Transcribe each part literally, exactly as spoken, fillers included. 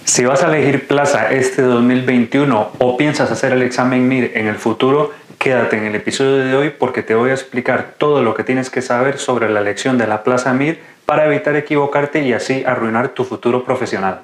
Si vas a elegir plaza este dos mil veintiuno o piensas hacer el examen M I R en el futuro, quédate en el episodio de hoy porque te voy a explicar todo lo que tienes que saber sobre la elección de la plaza M I R para evitar equivocarte y así arruinar tu futuro profesional.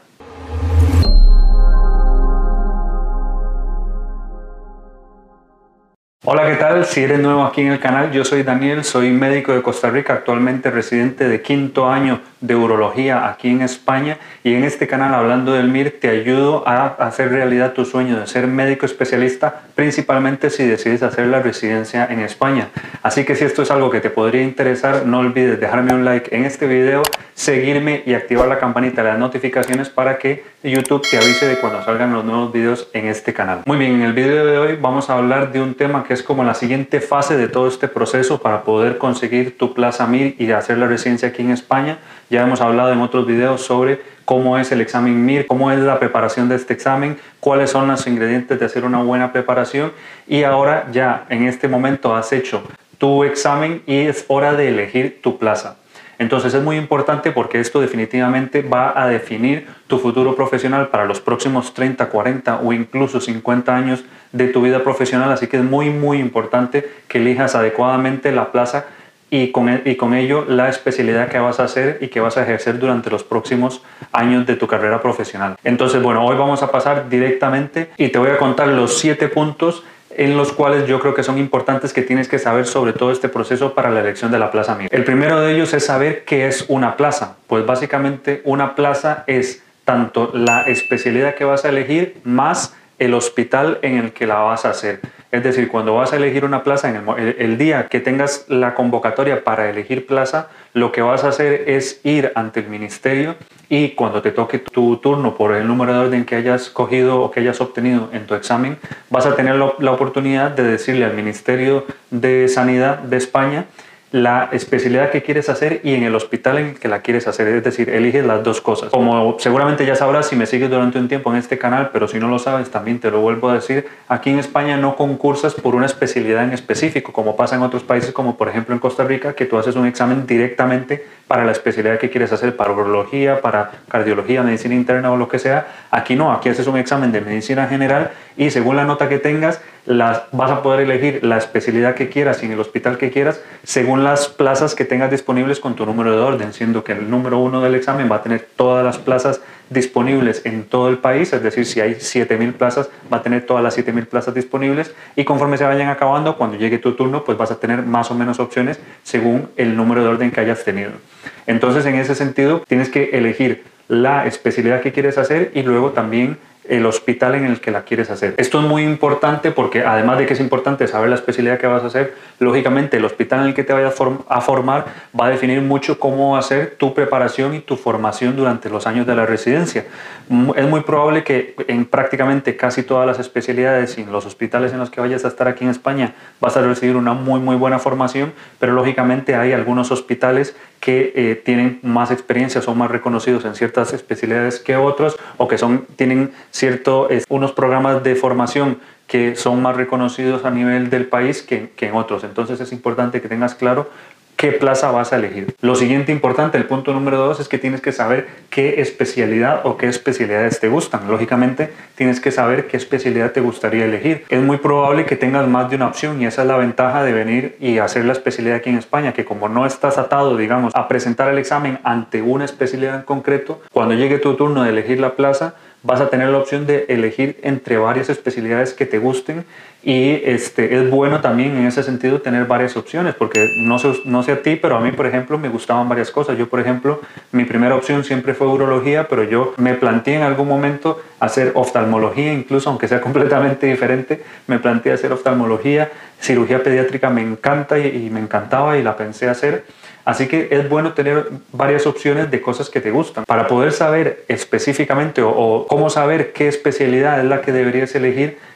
Hola, ¿qué tal? Si eres nuevo aquí en el canal, yo soy Daniel, soy médico de Costa Rica, actualmente residente de quinto año de urología aquí en España, y en este canal, hablando del M I R, te ayudo a hacer realidad tu sueño de ser médico especialista, principalmente si decides hacer la residencia en España. Así que si esto es algo que te podría interesar, no olvides dejarme un like en este video, seguirme y activar la campanita de las notificaciones para que YouTube te avise de cuando salgan los nuevos videos en este canal. Muy bien, en el video de hoy vamos a hablar de un tema que es como la siguiente fase de todo este proceso para poder conseguir tu plaza M I R y hacer la residencia aquí en España. Ya hemos hablado en otros videos sobre cómo es el examen M I R, cómo es la preparación de este examen, cuáles son los ingredientes de hacer una buena preparación, y ahora ya en este momento has hecho tu examen y es hora de elegir tu plaza. Entonces es muy importante porque esto definitivamente va a definir tu futuro profesional para los próximos treinta, cuarenta o incluso cincuenta años de tu vida profesional, así que es muy muy importante que elijas adecuadamente la plaza y con, el, y con ello la especialidad que vas a hacer y que vas a ejercer durante los próximos años de tu carrera profesional. Entonces, bueno, hoy vamos a pasar directamente y te voy a contar los siete puntos en los cuales yo creo que son importantes que tienes que saber sobre todo este proceso para la elección de la plaza M I R. El primero de ellos es saber qué es una plaza. Pues básicamente una plaza es tanto la especialidad que vas a elegir más el hospital en el que la vas a hacer. Es decir, cuando vas a elegir una plaza, en el, el día que tengas la convocatoria para elegir plaza, lo que vas a hacer es ir ante el ministerio y cuando te toque tu turno por el número de orden que hayas cogido o que hayas obtenido en tu examen, vas a tener la oportunidad de decirle al Ministerio de Sanidad de España la especialidad que quieres hacer y en el hospital en el que la quieres hacer, es decir, eliges las dos cosas. Como seguramente ya sabrás si me sigues durante un tiempo en este canal, pero si no lo sabes también te lo vuelvo a decir, aquí en España no concursas por una especialidad en específico, como pasa en otros países como por ejemplo en Costa Rica, que tú haces un examen directamente para la especialidad que quieres hacer, para urología, para cardiología, medicina interna o lo que sea. Aquí no, aquí haces un examen de medicina general y según la nota que tengas, las, vas a poder elegir la especialidad que quieras y en el hospital que quieras según las plazas que tengas disponibles con tu número de orden, siendo que el número uno del examen va a tener todas las plazas disponibles en todo el país, es decir, si hay siete mil plazas, va a tener todas las siete mil plazas disponibles y conforme se vayan acabando, cuando llegue tu turno, pues vas a tener más o menos opciones según el número de orden que hayas tenido. Entonces, en ese sentido, tienes que elegir la especialidad que quieres hacer y luego también el hospital en el que la quieres hacer. Esto es muy importante porque además de que es importante saber la especialidad que vas a hacer, lógicamente el hospital en el que te vayas a formar va a definir mucho cómo va a ser tu preparación y tu formación durante los años de la residencia. Es muy probable que en prácticamente casi todas las especialidades y en los hospitales en los que vayas a estar aquí en España vas a recibir una muy muy buena formación, pero lógicamente hay algunos hospitales que eh, tienen más experiencia, son más reconocidos en ciertas especialidades que otros, o que son, tienen cierto, eh, unos programas de formación que son más reconocidos a nivel del país que, que en otros. Entonces es importante que tengas claro qué plaza vas a elegir. Lo siguiente importante, el punto número dos, es que tienes que saber qué especialidad o qué especialidades te gustan. Lógicamente tienes que saber qué especialidad te gustaría elegir. Es muy probable que tengas más de una opción y esa es la ventaja de venir y hacer la especialidad aquí en España, que como no estás atado, digamos, a presentar el examen ante una especialidad en concreto, cuando llegue tu turno de elegir la plaza, vas a tener la opción de elegir entre varias especialidades que te gusten y este, es bueno también en ese sentido tener varias opciones porque no sé, no sé a ti, pero a mí por ejemplo me gustaban varias cosas. Yo por ejemplo, mi primera opción siempre fue urología, pero yo me planteé en algún momento hacer oftalmología, incluso aunque sea completamente diferente, me planteé hacer oftalmología, cirugía pediátrica me encanta y, y me encantaba y la pensé hacer. Así que es bueno tener varias opciones de cosas que te gustan. Para poder saber específicamente o, o cómo saber qué especialidad es la que deberías elegir,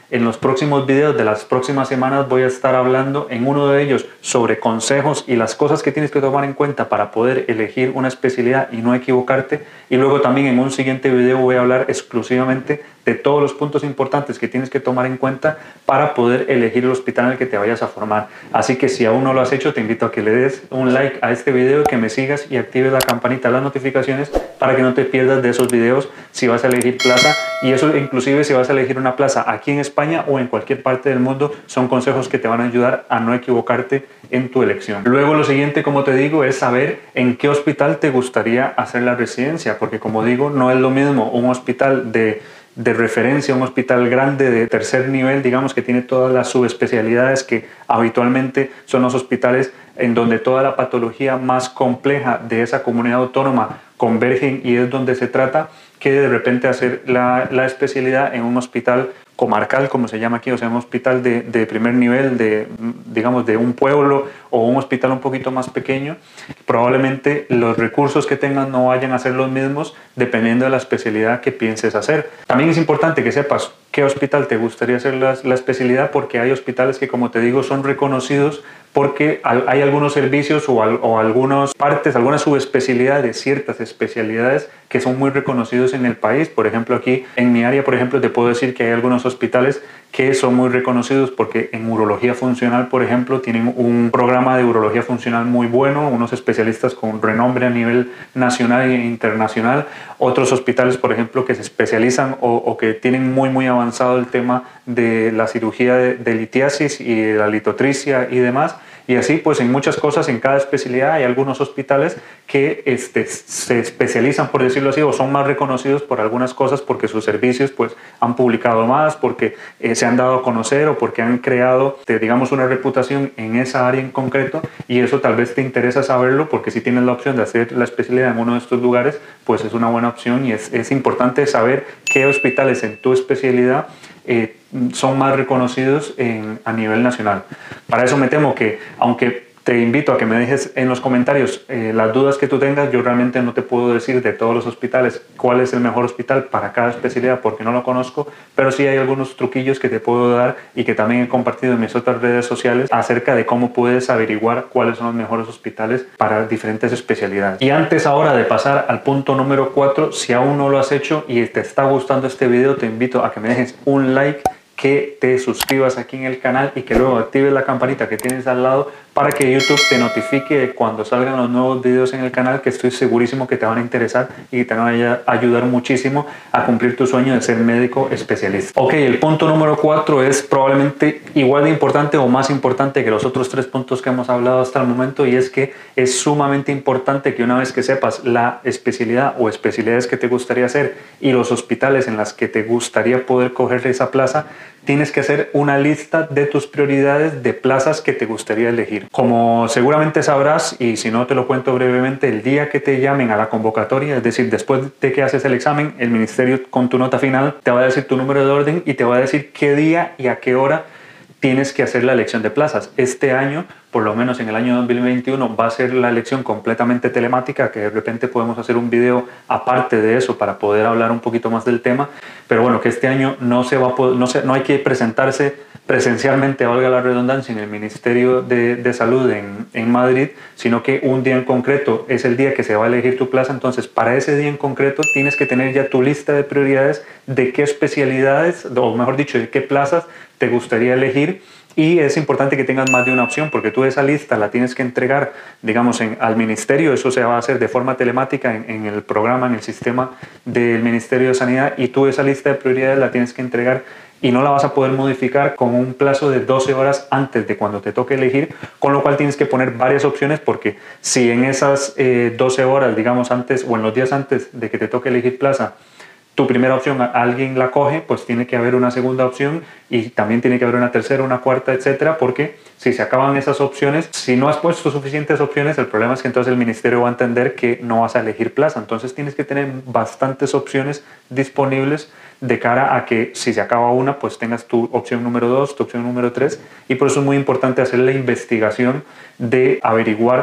En los próximos videos de las próximas semanas voy a estar hablando en uno de ellos sobre consejos y las cosas que tienes que tomar en cuenta para poder elegir una especialidad y no equivocarte. Y luego también en un siguiente video voy a hablar exclusivamente de todos los puntos importantes que tienes que tomar en cuenta para poder elegir el hospital en el que te vayas a formar. Así que si aún no lo has hecho, te invito a que le des un like a este video, que me sigas y actives la campanita de las notificaciones para que no te pierdas de esos videos si vas a elegir plaza. Y eso inclusive si vas a elegir una plaza aquí en España o en cualquier parte del mundo, son consejos que te van a ayudar a no equivocarte en tu elección. Luego lo siguiente, como te digo, es saber en qué hospital te gustaría hacer la residencia, porque como digo, no es lo mismo un hospital de de referencia, un hospital grande de tercer nivel, digamos, que tiene todas las subespecialidades que habitualmente son los hospitales en donde toda la patología más compleja de esa comunidad autónoma convergen y es donde se trata, que de repente hacer la, la especialidad en un hospital comarcal, como se llama aquí, o sea, un hospital de, de primer nivel, de, digamos, de un pueblo o un hospital un poquito más pequeño. Probablemente los recursos que tengan no vayan a ser los mismos dependiendo de la especialidad que pienses hacer. También es importante que sepas qué hospital te gustaría hacer la, la especialidad, porque hay hospitales que, como te digo, son reconocidos porque hay algunos servicios o, al, o algunas partes, algunas subespecialidades de ciertas especialidades que son muy reconocidos en el país. Por ejemplo, aquí en mi área, por ejemplo, te puedo decir que hay algunos hospitales que son muy reconocidos porque en urología funcional, por ejemplo, tienen un programa de urología funcional muy bueno, unos especialistas con renombre a nivel nacional e internacional. Otros hospitales, por ejemplo, que se especializan o, o que tienen muy, muy avanzado el tema de la cirugía de, de litiasis y de la litotricia y demás. Y así, pues en muchas cosas, en cada especialidad hay algunos hospitales que este, se especializan, por decirlo así, o son más reconocidos por algunas cosas porque sus servicios pues, han publicado más, porque eh, se han dado a conocer o porque han creado, te, digamos, una reputación en esa área en concreto, y eso tal vez te interesa saberlo porque si tienes la opción de hacer la especialidad en uno de estos lugares, pues es una buena opción y es, es importante saber qué hospitales en tu especialidad eh, son más reconocidos en, a nivel nacional. Para eso me temo que, aunque te invito a que me dejes en los comentarios eh, las dudas que tú tengas, yo realmente no te puedo decir de todos los hospitales cuál es el mejor hospital para cada especialidad porque no lo conozco, pero sí hay algunos truquillos que te puedo dar y que también he compartido en mis otras redes sociales acerca de cómo puedes averiguar cuáles son los mejores hospitales para diferentes especialidades. Y antes ahora de pasar al punto número cuatro, si aún no lo has hecho y te está gustando este video, te invito a que me dejes un like, que te suscribas aquí en el canal y que luego actives la campanita que tienes al lado para que YouTube te notifique cuando salgan los nuevos videos en el canal, que estoy segurísimo que te van a interesar y te van a ayudar muchísimo a cumplir tu sueño de ser médico especialista. Ok, el punto número cuatro es probablemente igual de importante o más importante que los otros tres puntos que hemos hablado hasta el momento, y es que es sumamente importante que una vez que sepas la especialidad o especialidades que te gustaría hacer y los hospitales en las que te gustaría poder coger esa plaza, tienes que hacer una lista de tus prioridades de plazas que te gustaría elegir. Como seguramente sabrás, y si no te lo cuento brevemente, el día que te llamen a la convocatoria, es decir, después de que haces el examen, el ministerio con tu nota final te va a decir tu número de orden y te va a decir qué día y a qué hora tienes que hacer la elección de plazas. Este año, por lo menos en el año dos mil veintiuno, va a ser la elección completamente telemática, que de repente podemos hacer un video aparte de eso para poder hablar un poquito más del tema, pero bueno, que este año no, se va a poder, no, se, no hay que presentarse presencialmente, valga la redundancia, en el Ministerio de, de Salud en, en Madrid, sino que un día en concreto es el día que se va a elegir tu plaza. Entonces, para ese día en concreto tienes que tener ya tu lista de prioridades de qué especialidades, o mejor dicho, de qué plazas te gustaría elegir. Y es importante que tengas más de una opción, porque tú esa lista la tienes que entregar, digamos, en, al ministerio. Eso se va a hacer de forma telemática en, en el programa, en el sistema del Ministerio de Sanidad, y tú esa lista de prioridades la tienes que entregar y no la vas a poder modificar con un plazo de doce horas antes de cuando te toque elegir, con lo cual tienes que poner varias opciones, porque si en esas eh, doce horas, digamos, antes o en los días antes de que te toque elegir plaza, tu primera opción alguien la coge, pues tiene que haber una segunda opción y también tiene que haber una tercera, una cuarta, etcétera, porque si se acaban esas opciones, si no has puesto suficientes opciones, el problema es que entonces el ministerio va a entender que no vas a elegir plaza. Entonces tienes que tener bastantes opciones disponibles de cara a que si se acaba una, pues tengas tu opción número dos, tu opción número tres, y por eso es muy importante hacer la investigación de averiguar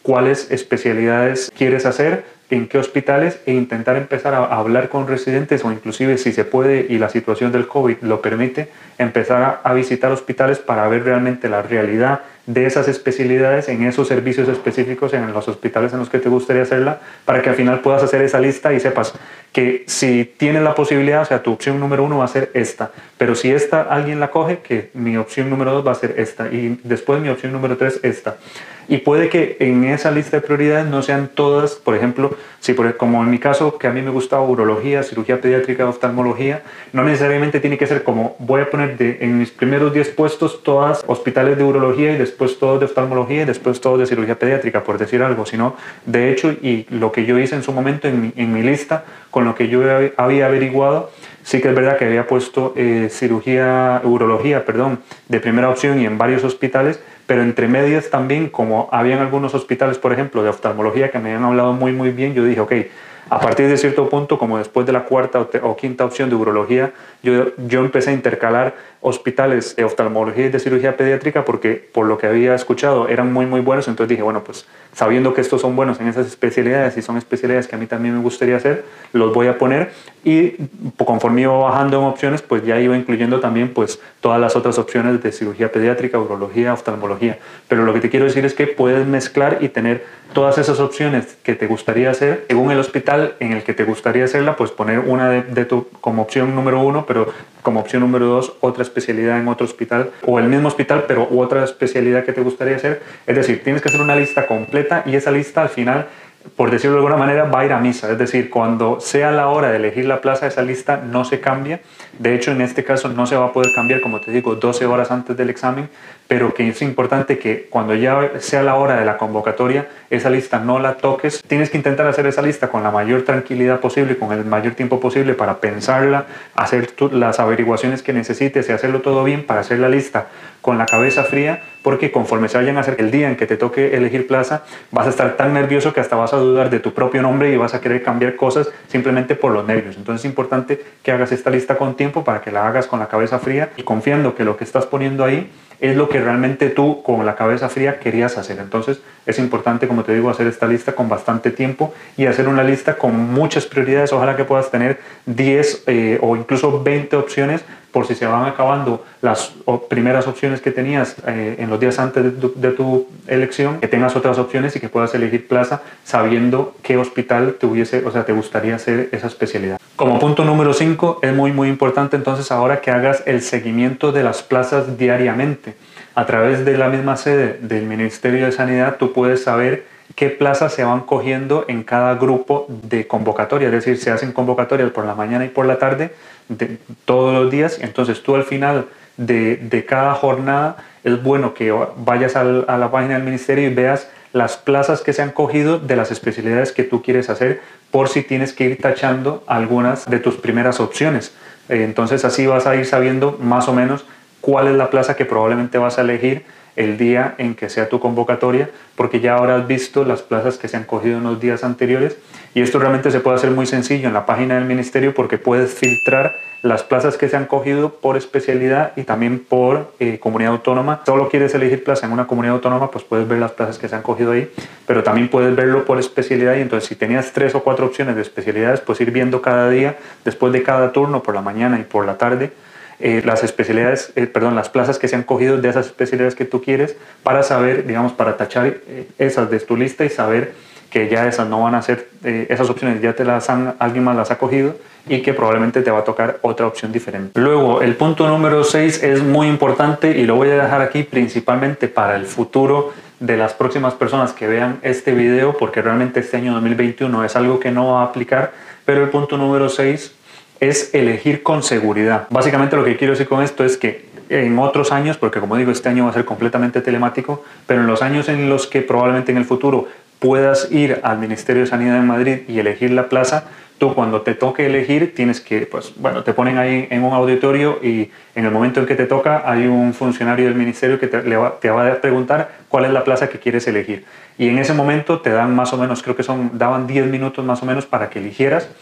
cuáles especialidades quieres hacer, en qué hospitales, e intentar empezar a hablar con residentes o inclusive, si se puede y la situación del COVID lo permite, empezar a, a visitar hospitales para ver realmente la realidad de esas especialidades en esos servicios específicos en los hospitales en los que te gustaría hacerla, para que al final puedas hacer esa lista y sepas que si tienes la posibilidad, o sea, tu opción número uno va a ser esta, pero si esta alguien la coge, que mi opción número dos va a ser esta y después mi opción número tres esta. Y puede que en esa lista de prioridades no sean todas, por ejemplo, si por, como en mi caso, que a mí me gustaba urología, cirugía pediátrica, oftalmología, no necesariamente tiene que ser como voy a poner de, en mis primeros diez puestos todas hospitales de urología y después todos de oftalmología y después todos de cirugía pediátrica, por decir algo, sino de hecho, y lo que yo hice en su momento en mi, en mi lista, con lo que yo había averiguado, sí que es verdad que había puesto eh, cirugía, urología, perdón, de primera opción y en varios hospitales, pero entre medias también, como habían algunos hospitales, por ejemplo, de oftalmología que me habían hablado muy, muy bien, yo dije, ok, a partir de cierto punto, como después de la cuarta o, te, o quinta opción de urología, yo, yo empecé a intercalar hospitales de oftalmología y de cirugía pediátrica porque por lo que había escuchado eran muy, muy buenos. Entonces dije, bueno, pues sabiendo que estos son buenos en esas especialidades y son especialidades que a mí también me gustaría hacer, los voy a poner, y conforme iba bajando en opciones, pues ya iba incluyendo también pues todas las otras opciones de cirugía pediátrica, urología, oftalmología. Pero lo que te quiero decir es que puedes mezclar y tener todas esas opciones que te gustaría hacer según el hospital en el que te gustaría hacerla, pues poner una de, de tu, como opción número uno, pero como opción número dos otra especialidad en otro hospital, o el mismo hospital pero otra especialidad que te gustaría hacer. Es decir, tienes que hacer una lista completa y esa lista al final, por decirlo de alguna manera, va a ir a misa. Es decir, cuando sea la hora de elegir la plaza, esa lista no se cambia. De hecho, en este caso no se va a poder cambiar, como te digo, doce horas antes del examen, pero que es importante que cuando ya sea la hora de la convocatoria, esa lista no la toques. Tienes que intentar hacer esa lista con la mayor tranquilidad posible, con el mayor tiempo posible para pensarla, hacer tu, las averiguaciones que necesites y hacerlo todo bien para hacer la lista con la cabeza fría, porque conforme se vayan a hacer el día en que te toque elegir plaza, vas a estar tan nervioso que hasta vas a dudar de tu propio nombre y vas a querer cambiar cosas simplemente por los nervios. Entonces es importante que hagas esta lista con tiempo para que la hagas con la cabeza fría y confiando que lo que estás poniendo ahí es lo que realmente tú con la cabeza fría querías hacer. Entonces es importante, como te digo, hacer esta lista con bastante tiempo y hacer una lista con muchas prioridades. Ojalá que puedas tener diez eh, o incluso veinte opciones por si se van acabando las primeras opciones que tenías eh, en los días antes de tu, de tu elección, que tengas otras opciones y que puedas elegir plaza sabiendo qué hospital te, hubiese, o sea, te gustaría hacer esa especialidad. Como punto número cinco, es muy muy importante entonces ahora que hagas el seguimiento de las plazas diariamente. A través de la misma sede del Ministerio de Sanidad tú puedes saber qué plazas se van cogiendo en cada grupo de convocatoria, es decir, se hacen convocatorias por la mañana y por la tarde de todos los días. Entonces tú al final de, de cada jornada es bueno que vayas al, a la página del ministerio y veas las plazas que se han cogido de las especialidades que tú quieres hacer, por si tienes que ir tachando algunas de tus primeras opciones. Entonces así vas a ir sabiendo más o menos cuál es la plaza que probablemente vas a elegir el día en que sea tu convocatoria, porque ya ahora has visto las plazas que se han cogido en los días anteriores. Y esto realmente se puede hacer muy sencillo en la página del ministerio, porque puedes filtrar las plazas que se han cogido por especialidad y también por eh, comunidad autónoma. Solo quieres elegir plaza en una comunidad autónoma, pues puedes ver las plazas que se han cogido ahí, pero también puedes verlo por especialidad. Y entonces si tenías tres o cuatro opciones de especialidades, pues ir viendo cada día, después de cada turno, por la mañana y por la tarde, Eh, las especialidades, eh, perdón, las plazas que se han cogido de esas especialidades que tú quieres, para saber, digamos, para tachar eh, esas de tu lista y saber que ya esas no van a ser, eh, esas opciones ya te las han, alguien más las ha cogido y que probablemente te va a tocar otra opción diferente. Luego, el punto número seis es muy importante y lo voy a dejar aquí principalmente para el futuro de las próximas personas que vean este video, porque realmente este año dos mil veintiuno es algo que no va a aplicar, pero el punto número seis es elegir con seguridad. Básicamente lo que quiero decir con esto es que en otros años, porque como digo, este año va a ser completamente telemático, pero en los años en los que probablemente en el futuro puedas ir al Ministerio de Sanidad en Madrid y elegir la plaza, tú cuando te toque elegir tienes que, pues bueno, te ponen ahí en un auditorio y en el momento en que te toca hay un funcionario del ministerio que te, le va, te va a preguntar cuál es la plaza que quieres elegir. Y en ese momento te dan más o menos, creo que son, daban diez minutos más o menos para que eligieras.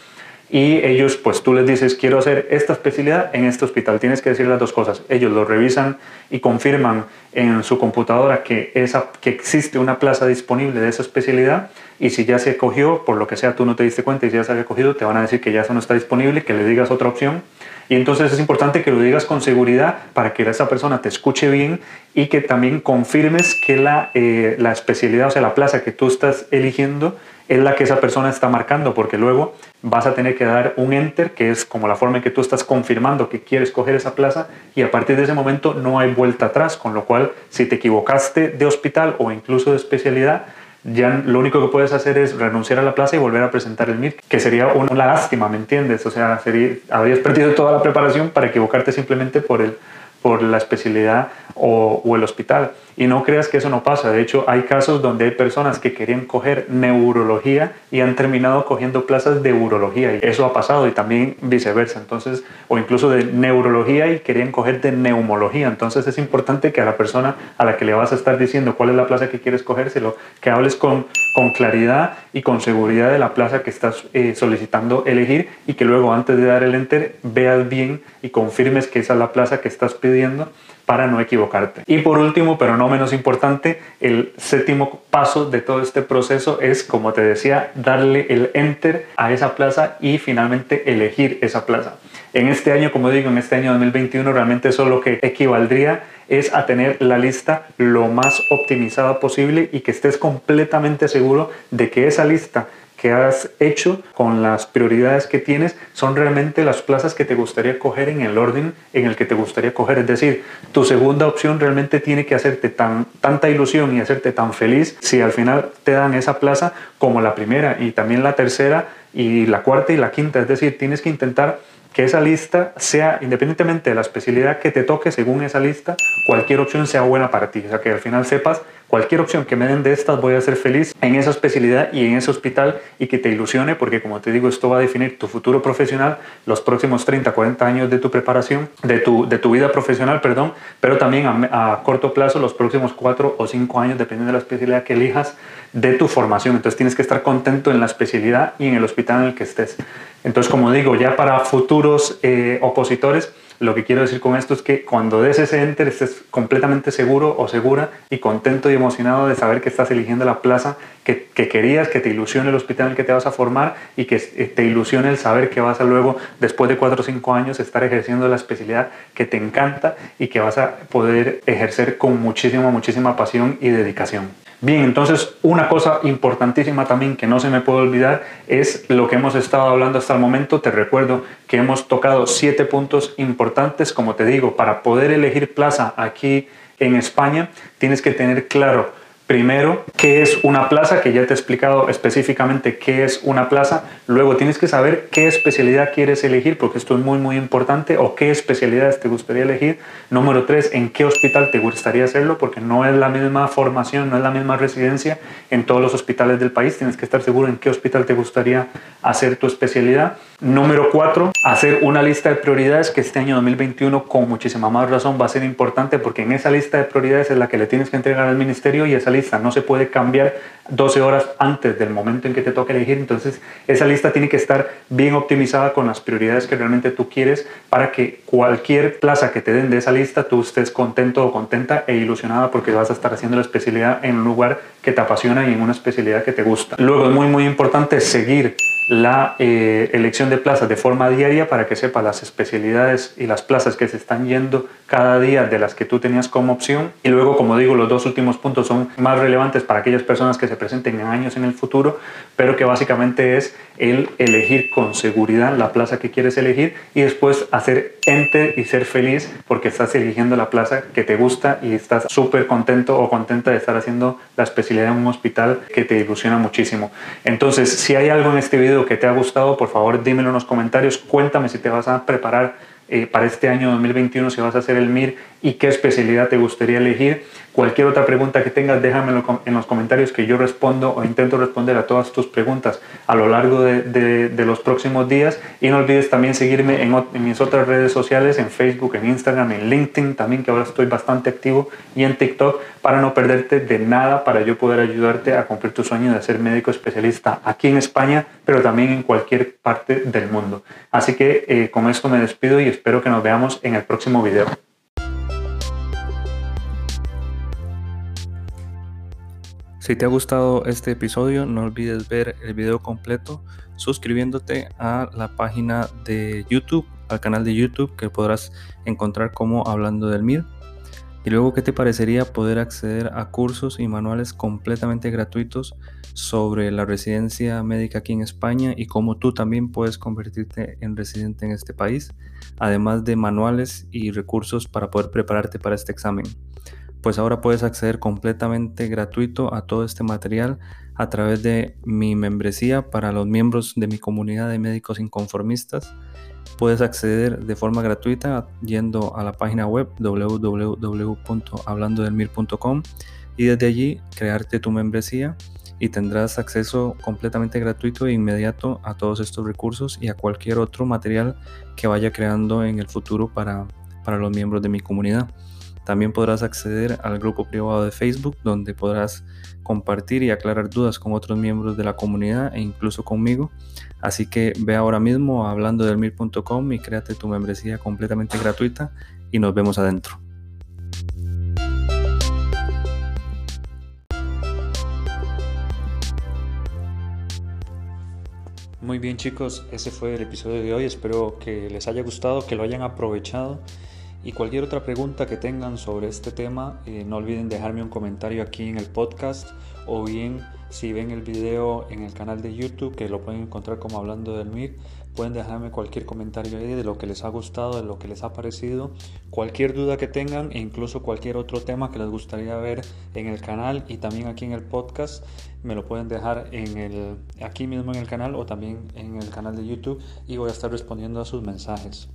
y ellos, pues tú les dices, quiero hacer esta especialidad en este hospital. Tienes que decir las dos cosas. Ellos lo revisan y confirman en su computadora que, esa, que existe una plaza disponible de esa especialidad, y si ya se cogió, por lo que sea, tú no te diste cuenta y si ya se había cogido, te van a decir que ya eso no está disponible, que le digas otra opción. Y entonces es importante que lo digas con seguridad para que esa persona te escuche bien y que también confirmes que la, eh, la especialidad, o sea, la plaza que tú estás eligiendo es la que esa persona está marcando, porque luego vas a tener que dar un enter, que es como la forma en que tú estás confirmando que quieres coger esa plaza, y a partir de ese momento no hay vuelta atrás, con lo cual si te equivocaste de hospital o incluso de especialidad, ya lo único que puedes hacer es renunciar a la plaza y volver a presentar el M I R, que sería una lástima, ¿me entiendes? O sea, sería, habrías perdido toda la preparación para equivocarte simplemente por, el, por la especialidad o, o el hospital. Y no creas que eso no pasa. De hecho, hay casos donde hay personas que querían coger neurología y han terminado cogiendo plazas de urología. Y eso ha pasado, y también viceversa. Entonces, o incluso de neurología y querían coger de neumología. Entonces es importante que a la persona a la que le vas a estar diciendo cuál es la plaza que quieres cogérselo, que hables con, con claridad y con seguridad de la plaza que estás eh, solicitando elegir, y que luego, antes de dar el enter, veas bien y confirmes que esa es la plaza que estás pidiendo para no equivocarte. Y por último, pero no menos importante, el séptimo paso de todo este proceso es, como te decía, darle el enter a esa plaza y finalmente elegir esa plaza. En este año, como digo, en este año dos mil veintiuno, realmente eso lo que equivaldría es a tener la lista lo más optimizada posible y que estés completamente seguro de que esa lista que has hecho con las prioridades que tienes son realmente las plazas que te gustaría coger en el orden en el que te gustaría coger. Es decir, tu segunda opción realmente tiene que hacerte tan, tanta ilusión y hacerte tan feliz si al final te dan esa plaza, como la primera y también la tercera y la cuarta y la quinta. Es decir, tienes que intentar que esa lista sea, independientemente de la especialidad que te toque, según esa lista, cualquier opción sea buena para ti. O sea, que al final sepas, cualquier opción que me den de estas voy a ser feliz en esa especialidad y en ese hospital, y que te ilusione, porque como te digo, esto va a definir tu futuro profesional, los próximos treinta, cuarenta años de tu preparación, de tu, de tu vida profesional, perdón, pero también a, a corto plazo, los próximos cuatro o cinco años, dependiendo de la especialidad que elijas, de tu formación. Entonces tienes que estar contento en la especialidad y en el hospital en el que estés. Entonces, como digo, ya para futuros eh, opositores, lo que quiero decir con esto es que cuando des ese enter estés completamente seguro o segura y contento y emocionado de saber que estás eligiendo la plaza que, que querías, que te ilusione el hospital en el que te vas a formar y que te ilusione el saber que vas a luego, después de cuatro o cinco años, estar ejerciendo la especialidad que te encanta y que vas a poder ejercer con muchísima, muchísima pasión y dedicación. Bien, entonces una cosa importantísima también que no se me puede olvidar es lo que hemos estado hablando hasta el momento. Te recuerdo que hemos tocado siete puntos importantes. Como te digo, para poder elegir plaza aquí en España tienes que tener claro, primero, qué es una plaza, que ya te he explicado específicamente qué es una plaza. Luego tienes que saber qué especialidad quieres elegir, porque esto es muy muy importante, o qué especialidades te gustaría elegir. Número tres, en qué hospital te gustaría hacerlo, porque no es la misma formación, no es la misma residencia en todos los hospitales del país. Tienes que estar seguro en qué hospital te gustaría hacer tu especialidad. Número cuatro, hacer una lista de prioridades, que este año dos mil veintiuno con muchísima más razón va a ser importante, porque en esa lista de prioridades es la que le tienes que entregar al ministerio, y esa lista no se puede cambiar doce horas antes del momento en que te toque elegir. Entonces esa lista tiene que estar bien optimizada con las prioridades que realmente tú quieres, para que cualquier plaza que te den de esa lista tú estés contento o contenta e ilusionada, porque vas a estar haciendo la especialidad en un lugar que te apasiona y en una especialidad que te gusta. Luego es muy muy importante seguir la eh, elección de plazas de forma diaria, para que sepas las especialidades y las plazas que se están yendo cada día de las que tú tenías como opción. Y luego, como digo, los dos últimos puntos son más relevantes para aquellas personas que se presenten en años en el futuro, pero que básicamente es el elegir con seguridad la plaza que quieres elegir y después hacer enter y ser feliz porque estás eligiendo la plaza que te gusta y estás súper contento o contenta de estar haciendo la especialidad en un hospital que te ilusiona muchísimo. Entonces, si hay algo en este video que te ha gustado, por favor dímelo en los comentarios. Cuéntame si te vas a preparar eh, para este año dos mil veintiuno, si vas a hacer el M I R y qué especialidad te gustaría elegir. Cualquier otra pregunta que tengas, déjamelo en los comentarios, que yo respondo o intento responder a todas tus preguntas a lo largo de, de, de los próximos días. Y no olvides también seguirme en, en mis otras redes sociales, en Facebook, en Instagram, en LinkedIn también, que ahora estoy bastante activo, y en TikTok, para no perderte de nada, para yo poder ayudarte a cumplir tu sueño de ser médico especialista aquí en España, pero también en cualquier parte del mundo. Así que eh, con esto me despido y espero que nos veamos en el próximo video. Si te ha gustado este episodio, no olvides ver el video completo suscribiéndote a la página de YouTube, al canal de YouTube que podrás encontrar como Hablando del M I R. Y luego, ¿qué te parecería poder acceder a cursos y manuales completamente gratuitos sobre la residencia médica aquí en España y cómo tú también puedes convertirte en residente en este país, además de manuales y recursos para poder prepararte para este examen? Pues ahora puedes acceder completamente gratuito a todo este material a través de mi membresía para los miembros de mi comunidad de médicos inconformistas. Puedes acceder de forma gratuita yendo a la página web w w w punto hablando del mir punto com y desde allí crearte tu membresía y tendrás acceso completamente gratuito e inmediato a todos estos recursos y a cualquier otro material que vaya creando en el futuro para, para los miembros de mi comunidad. También podrás acceder al grupo privado de Facebook, donde podrás compartir y aclarar dudas con otros miembros de la comunidad e incluso conmigo. Así que ve ahora mismo a hablando del mir punto com y créate tu membresía completamente gratuita y nos vemos adentro. Muy bien, chicos, ese fue el episodio de hoy. Espero que les haya gustado, que lo hayan aprovechado. Y cualquier otra pregunta que tengan sobre este tema, eh, no olviden dejarme un comentario aquí en el podcast, o bien si ven el video en el canal de YouTube, que lo pueden encontrar como Hablando del M I R, pueden dejarme cualquier comentario ahí de lo que les ha gustado, de lo que les ha parecido, cualquier duda que tengan e incluso cualquier otro tema que les gustaría ver en el canal y también aquí en el podcast, me lo pueden dejar en el, aquí mismo en el canal o también en el canal de YouTube, y voy a estar respondiendo a sus mensajes.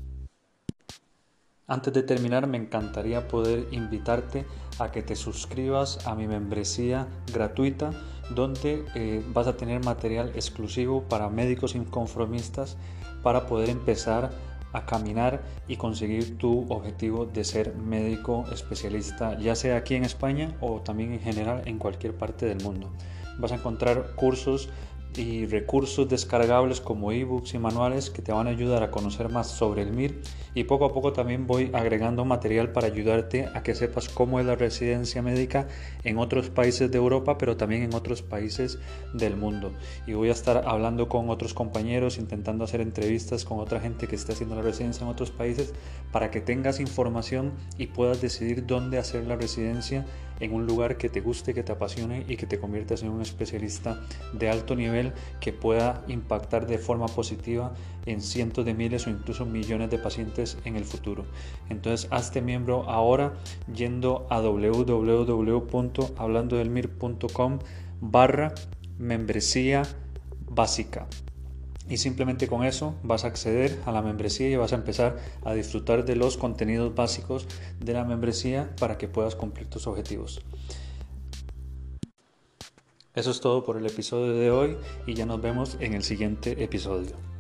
Antes de terminar, me encantaría poder invitarte a que te suscribas a mi membresía gratuita, donde eh, vas a tener material exclusivo para médicos inconformistas para poder empezar a caminar y conseguir tu objetivo de ser médico especialista, ya sea aquí en España o también en general en cualquier parte del mundo. Vas a encontrar cursos y recursos descargables como ebooks y manuales que te van a ayudar a conocer más sobre el M I R, y poco a poco también voy agregando material para ayudarte a que sepas cómo es la residencia médica en otros países de Europa, pero también en otros países del mundo. Y voy a estar hablando con otros compañeros, intentando hacer entrevistas con otra gente que esté haciendo la residencia en otros países, para que tengas información y puedas decidir dónde hacer la residencia en un lugar que te guste, que te apasione y que te conviertas en un especialista de alto nivel que pueda impactar de forma positiva en cientos de miles o incluso millones de pacientes en el futuro. Entonces, hazte miembro ahora yendo a w w w punto hablando del mir punto com barra membresía básica. Y simplemente con eso vas a acceder a la membresía y vas a empezar a disfrutar de los contenidos básicos de la membresía para que puedas cumplir tus objetivos. Eso es todo por el episodio de hoy y ya nos vemos en el siguiente episodio.